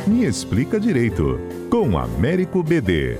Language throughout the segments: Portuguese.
Me Explica Direito, com Américo BD.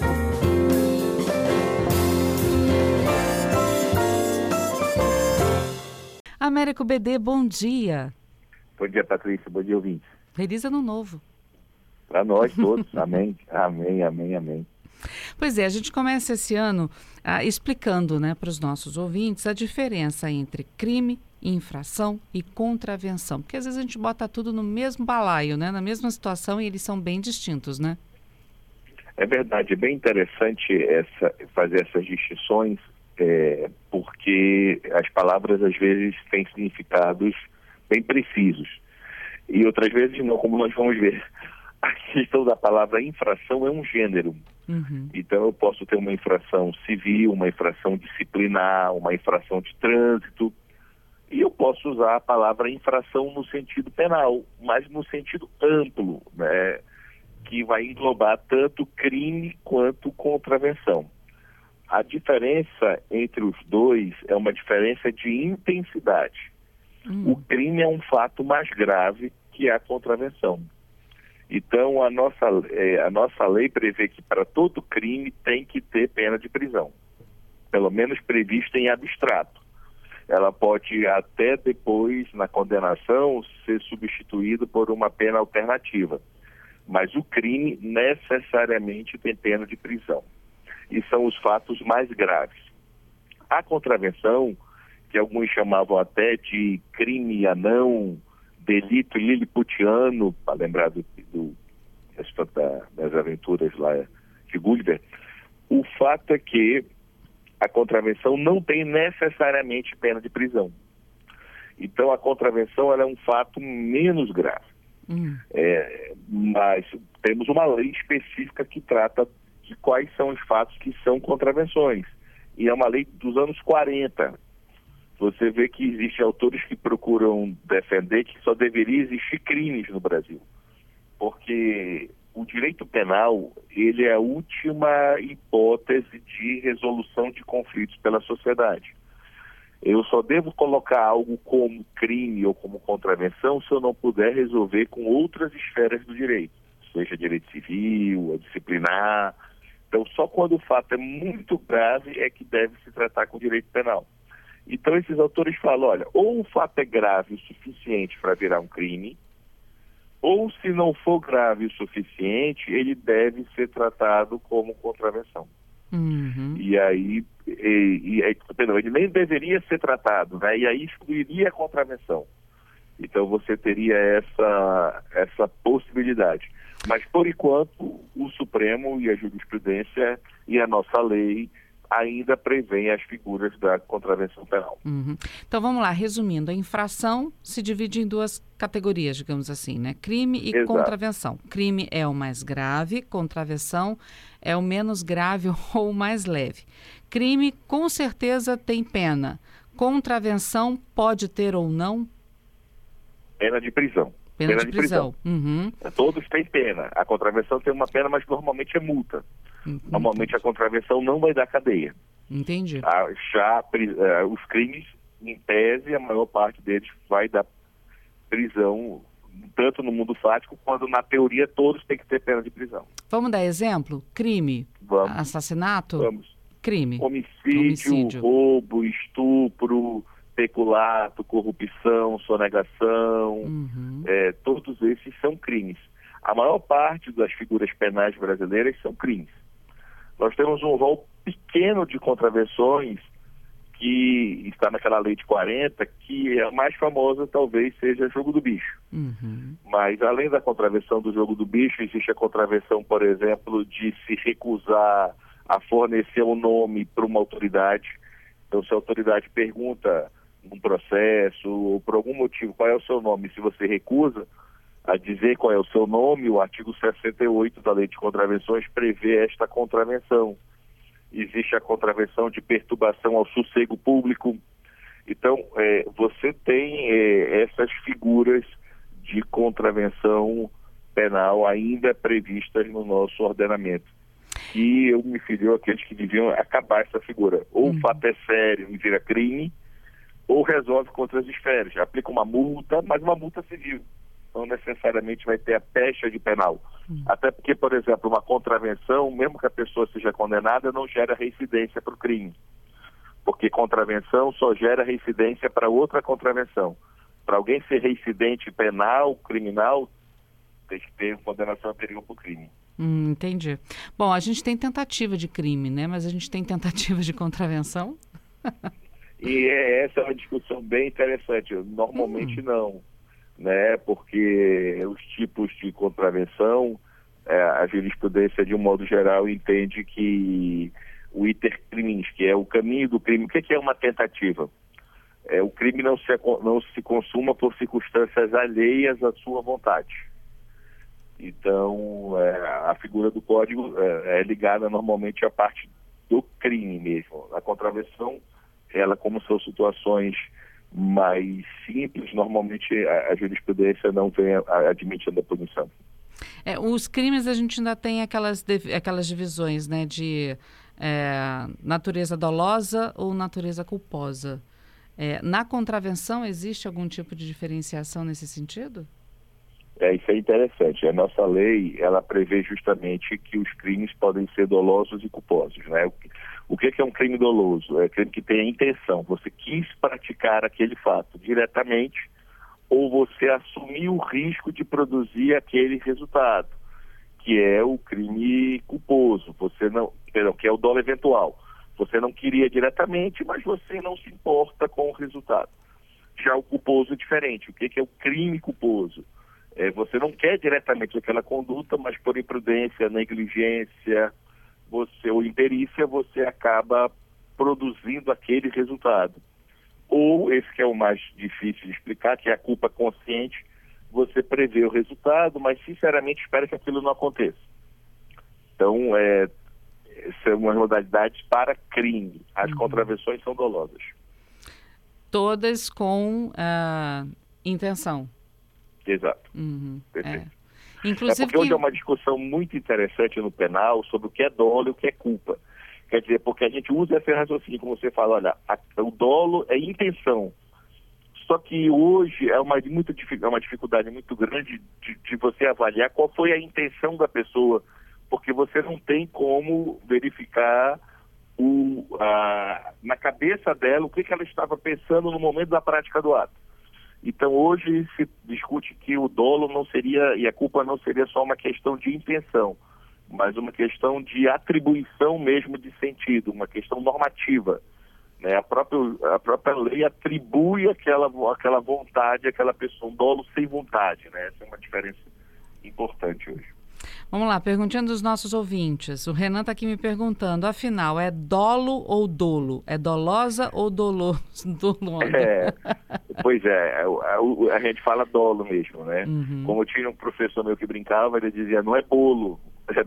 Américo BD, bom dia. Bom dia, Patrícia. Bom dia, ouvintes. Feliz Ano Novo. Para nós todos. Amém. Amém, amém, amém. Pois é, a gente começa esse ano explicando, para os nossos ouvintes a diferença entre crime, infração e contravenção. Porque às vezes a gente bota tudo no mesmo balaio, na mesma situação, e eles são bem distintos, né? É verdade, é bem interessante fazer essas distinções, porque as palavras às vezes têm significados bem precisos e outras vezes não, como nós vamos ver. A questão da palavra infração é um gênero. Então eu posso ter uma infração civil, uma infração disciplinar, uma infração de trânsito, e eu posso usar a palavra infração no sentido penal, mas no sentido amplo, que vai englobar tanto crime quanto contravenção. A diferença entre os dois é uma diferença de intensidade. O crime é um fato mais grave que a contravenção. Então, a nossa lei prevê que para todo crime tem que ter pena de prisão, pelo menos prevista em abstrato. Ela pode até depois, na condenação, ser substituída por uma pena alternativa. Mas o crime necessariamente tem pena de prisão. E são os fatos mais graves. A contravenção, que alguns chamavam até de crime anão, delito liliputiano, para lembrar das aventuras lá de Gulliver, o fato é que a contravenção não tem necessariamente pena de prisão. Então a contravenção ela é um fato menos grave. Mas temos uma lei específica que trata de quais são os fatos que são contravenções. E é uma lei dos anos 40. Você vê que existem autores que procuram defender que só deveria existir crimes no Brasil. Porque o direito penal, ele é a última hipótese de resolução de conflitos pela sociedade. Eu só devo colocar algo como crime ou como contravenção se eu não puder resolver com outras esferas do direito, seja direito civil, disciplinar. Então, só quando o fato é muito grave é que deve se tratar com direito penal. Então, esses autores falam, olha, ou o fato é grave o suficiente para virar um crime, ou se não for grave o suficiente, ele deve ser tratado como contravenção. E aí, ele nem deveria ser tratado, e aí excluiria a contravenção. Então você teria essa possibilidade. Mas, por enquanto, o Supremo e a jurisprudência e a nossa lei ainda prevêem as figuras da contravenção penal. Então vamos lá, resumindo, a infração se divide em duas categorias, digamos assim, crime e Exato. Contravenção. Crime é o mais grave, contravenção é o menos grave ou o mais leve. Crime com certeza tem pena. Contravenção pode ter ou não? Pena de prisão. Pena de prisão. Todos têm pena. A contravenção tem uma pena, mas normalmente é multa. Normalmente a contravenção não vai dar cadeia. Entendi. Os crimes, em tese, a maior parte deles vai dar prisão, tanto no mundo fático, quanto na teoria todos têm que ter pena de prisão. Vamos dar exemplo? Crime, assassinato? Vamos. Crime. Homicídio, roubo, estupro, peculato, corrupção, sonegação, todos esses são crimes. A maior parte das figuras penais brasileiras são crimes. Nós temos um rol pequeno de contravenções que está naquela lei de 40, que a mais famosa talvez seja jogo do bicho. Mas além da contravenção do jogo do bicho, existe a contravenção, por exemplo, de se recusar a fornecer um nome para uma autoridade. Então, se a autoridade pergunta num processo ou por algum motivo qual é o seu nome, se você recusa a dizer qual é o seu nome, o artigo 68 da Lei de Contravenções prevê esta contravenção. Existe a contravenção de perturbação ao sossego público. Então, você tem essas figuras de contravenção penal ainda previstas no nosso ordenamento. E eu me filiou àqueles que deviam acabar essa figura. Ou o fato é sério e vira crime, ou resolve contra as esferas. Aplica uma multa, mas uma multa civil. não necessariamente vai ter a pecha de penal. Até porque, por exemplo, uma contravenção, mesmo que a pessoa seja condenada, não gera reincidência para o crime. Porque contravenção só gera reincidência para outra contravenção. Para alguém ser reincidente penal, criminal, tem que ter condenação anterior para o crime. Entendi. Bom, a gente tem tentativa de crime, né? Mas a gente tem tentativa de contravenção? E essa é uma discussão bem interessante. Normalmente não, né? Porque os tipos de contravenção, a jurisprudência, de um modo geral, entende que o iter criminis, que é o caminho do crime. O que é uma tentativa? O crime não se consuma por circunstâncias alheias à sua vontade. Então, a figura do código é ligada normalmente à parte do crime mesmo. A contravenção, ela, como são situações mais simples, normalmente a jurisprudência não vem admitindo a punição. Os crimes, a gente ainda tem aquelas divisões, né, de natureza dolosa ou natureza culposa. Na contravenção, existe algum tipo de diferenciação nesse sentido? Isso é interessante. A nossa lei, ela prevê justamente que os crimes podem ser dolosos e culposos, né? O que é um crime doloso? É um crime que tem a intenção. Você quis praticar aquele fato diretamente ou você assumiu o risco de produzir aquele resultado, que é o crime culposo. Que é o dolo eventual. Você não queria diretamente, mas você não se importa com o resultado. Já o culposo é diferente. O que é o crime culposo? Você não quer diretamente aquela conduta, mas por imprudência, negligência, ou imperícia, você acaba produzindo aquele resultado. Ou, esse que é o mais difícil de explicar, que é a culpa consciente, você prevê o resultado, mas sinceramente espera que aquilo não aconteça. Então, são umas modalidades para crime. As contravenções são dolosas. Todas com intenção. Exato. Perfeito. Inclusive porque hoje é uma discussão muito interessante no penal sobre o que é dolo e o que é culpa. Quer dizer, porque a gente usa esse raciocínio, como você fala, olha, o dolo é intenção. Só que hoje é uma dificuldade muito grande de você avaliar qual foi a intenção da pessoa, porque você não tem como verificar na cabeça dela o que ela estava pensando no momento da prática do ato. Então, hoje se discute que o dolo não seria, e a culpa não seria só uma questão de intenção, mas uma questão de atribuição mesmo de sentido, uma questão normativa, né? A própria lei atribui aquela vontade àquela pessoa, um dolo sem vontade, né? Essa é uma diferença importante hoje. Vamos lá, perguntinha dos nossos ouvintes. O Renan está aqui me perguntando, afinal, é dolo ou dolo? É dolosa ou dolosa? Pois é, a gente fala dolo mesmo, né? Como tinha um professor meu que brincava, ele dizia, não é bolo.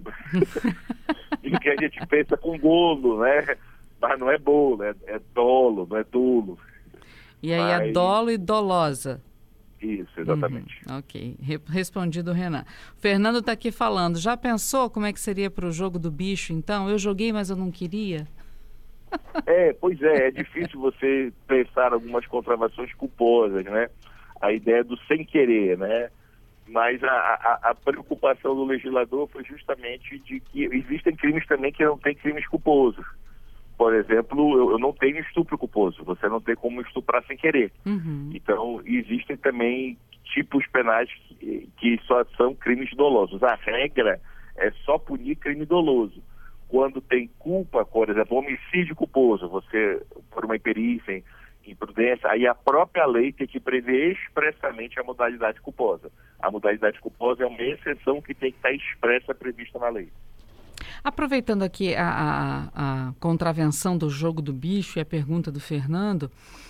E que a gente pensa com bolo, né? Mas não é bolo, é dolo, não é dolo. E aí é dolo e dolosa. Isso, exatamente. Ok, respondido, Renan. O Fernando está aqui falando, já pensou como é que seria para o jogo do bicho, então? Eu joguei, mas eu não queria. Pois é difícil você pensar algumas contravenções culposas, né? A ideia do sem querer, né? Mas a preocupação do legislador foi justamente de que existem crimes também que não têm crimes culposos. Por exemplo, eu não tenho estupro culposo, você não tem como estuprar sem querer. Então, existem também tipos penais que só são crimes dolosos. A regra é só punir crime doloso. Quando tem culpa, por exemplo, homicídio culposo, você, por uma imperícia, imprudência, aí a própria lei tem que prever expressamente a modalidade culposa. A modalidade culposa é uma exceção que tem que estar expressa prevista na lei. Aproveitando aqui a contravenção do jogo do bicho e a pergunta do Fernando,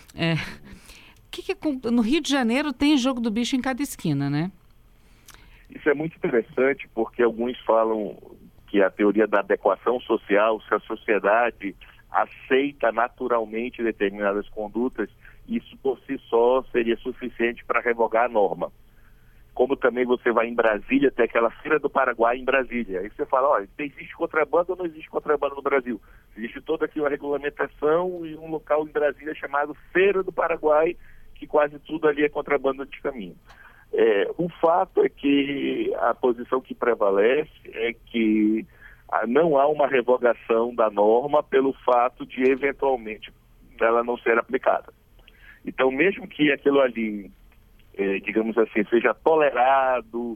no Rio de Janeiro tem jogo do bicho em cada esquina, né? Isso é muito interessante porque alguns falam que a teoria da adequação social, se a sociedade aceita naturalmente determinadas condutas, isso por si só seria suficiente para revogar a norma. Como também você vai em Brasília, tem aquela Feira do Paraguai em Brasília. Aí você fala, olha, existe contrabando ou não existe contrabando no Brasil? Existe toda aqui uma regulamentação e um local em Brasília chamado Feira do Paraguai, que quase tudo ali é contrabando de caminho. O fato é que a posição que prevalece é que não há uma revogação da norma pelo fato de, eventualmente, ela não ser aplicada. Então, mesmo que aquilo ali, digamos assim, seja tolerado,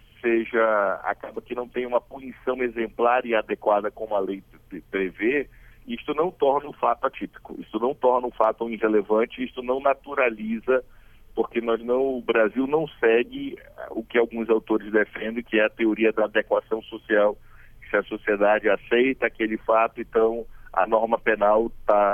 acaba que não tem uma punição exemplar e adequada como a lei prevê, isto não torna um fato atípico, isto não torna um fato irrelevante, isto não naturaliza, porque o Brasil não segue o que alguns autores defendem, que é a teoria da adequação social, que se a sociedade aceita aquele fato, então a norma penal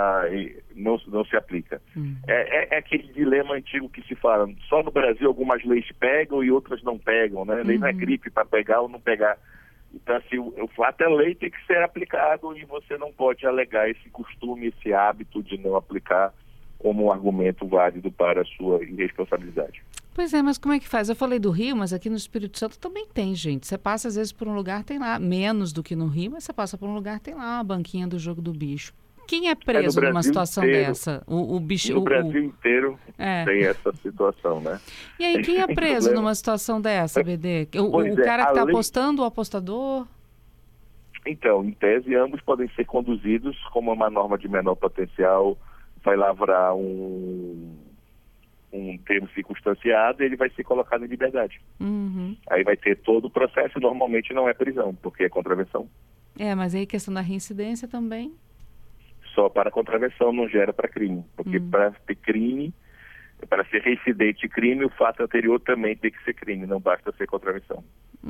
não se aplica. É aquele dilema antigo que se fala, só no Brasil algumas leis pegam e outras não pegam, né? Lei não é gripe para pegar ou não pegar. Então, assim, o fato é lei tem que ser aplicado e você não pode alegar esse costume, esse hábito de não aplicar como um argumento válido para a sua irresponsabilidade. Pois é, mas como é que faz? Eu falei do Rio, mas aqui no Espírito Santo também tem, gente. Você passa às vezes por um lugar, tem lá, menos do que no Rio, mas você passa por um lugar, tem lá uma banquinha do jogo do bicho. Quem é preso numa situação dessa? O bicho, no Brasil inteiro tem essa situação, né? E aí, quem é preso numa situação dessa, BD? O cara que está apostando, o apostador? Então, em tese, ambos podem ser conduzidos como uma norma de menor potencial, vai lavrar um termo circunstanciado e ele vai ser colocado em liberdade. Aí vai ter todo o processo e normalmente não é prisão, porque é contravenção. Mas aí a questão da reincidência também? Só para contravenção, não gera para crime. Porque para ter crime, para ser reincidente de crime, o fato anterior também tem que ser crime, não basta ser contravenção.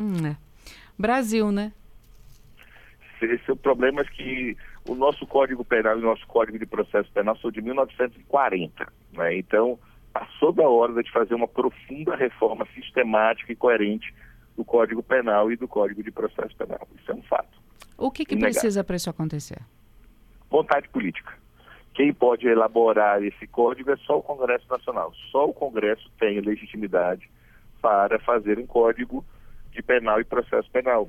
Brasil, né? Esse é o problema, que o nosso Código Penal e o nosso Código de Processo Penal são de 1940, né? Então, passou da hora de fazer uma profunda reforma sistemática e coerente do Código Penal e do Código de Processo Penal. Isso é um fato. O que precisa para isso acontecer? Vontade política. Quem pode elaborar esse código é só o Congresso Nacional. Só o Congresso tem legitimidade para fazer um código de penal e processo penal.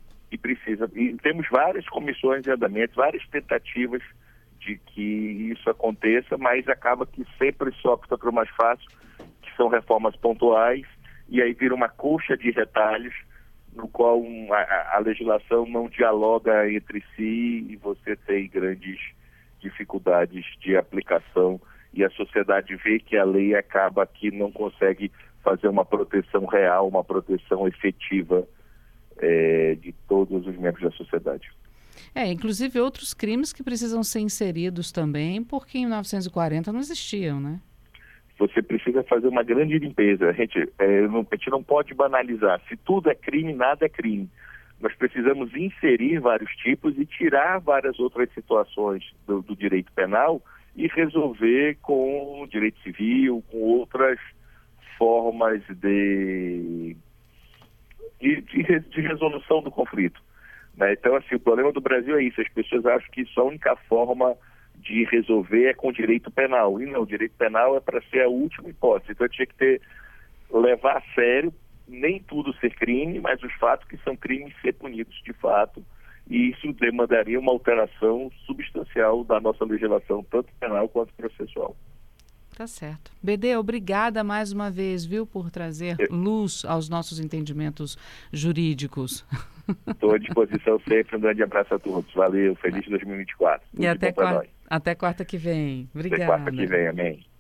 E temos várias comissões de andamento, várias tentativas de que isso aconteça, mas acaba que sempre se opta por mais fácil, que são reformas pontuais, e aí vira uma colcha de retalhos, no qual a legislação não dialoga entre si e você tem grandes dificuldades de aplicação e a sociedade vê que a lei acaba que não consegue fazer uma proteção real, uma proteção efetiva de todos os membros da sociedade. Inclusive outros crimes que precisam ser inseridos também, porque em 1940 não existiam, né? Você precisa fazer uma grande limpeza. A gente não pode banalizar. Se tudo é crime, nada é crime. Nós precisamos inserir vários tipos e tirar várias outras situações do direito penal e resolver com o direito civil, com outras formas de resolução do conflito, né? Então, assim, o problema do Brasil é isso. As pessoas acham que só a única forma de resolver é com direito penal. E não, o direito penal é para ser a última hipótese. Então, tinha que levar a sério, nem tudo ser crime, mas os fatos que são crimes ser punidos de fato. E isso demandaria uma alteração substancial da nossa legislação, tanto penal quanto processual. Tá certo. BD, obrigada mais uma vez, viu, por trazer luz aos nossos entendimentos jurídicos. Estou à disposição sempre. Um grande abraço a todos. Valeu, feliz 2024. E até quarta que vem. Obrigada. Até quarta que vem, amém.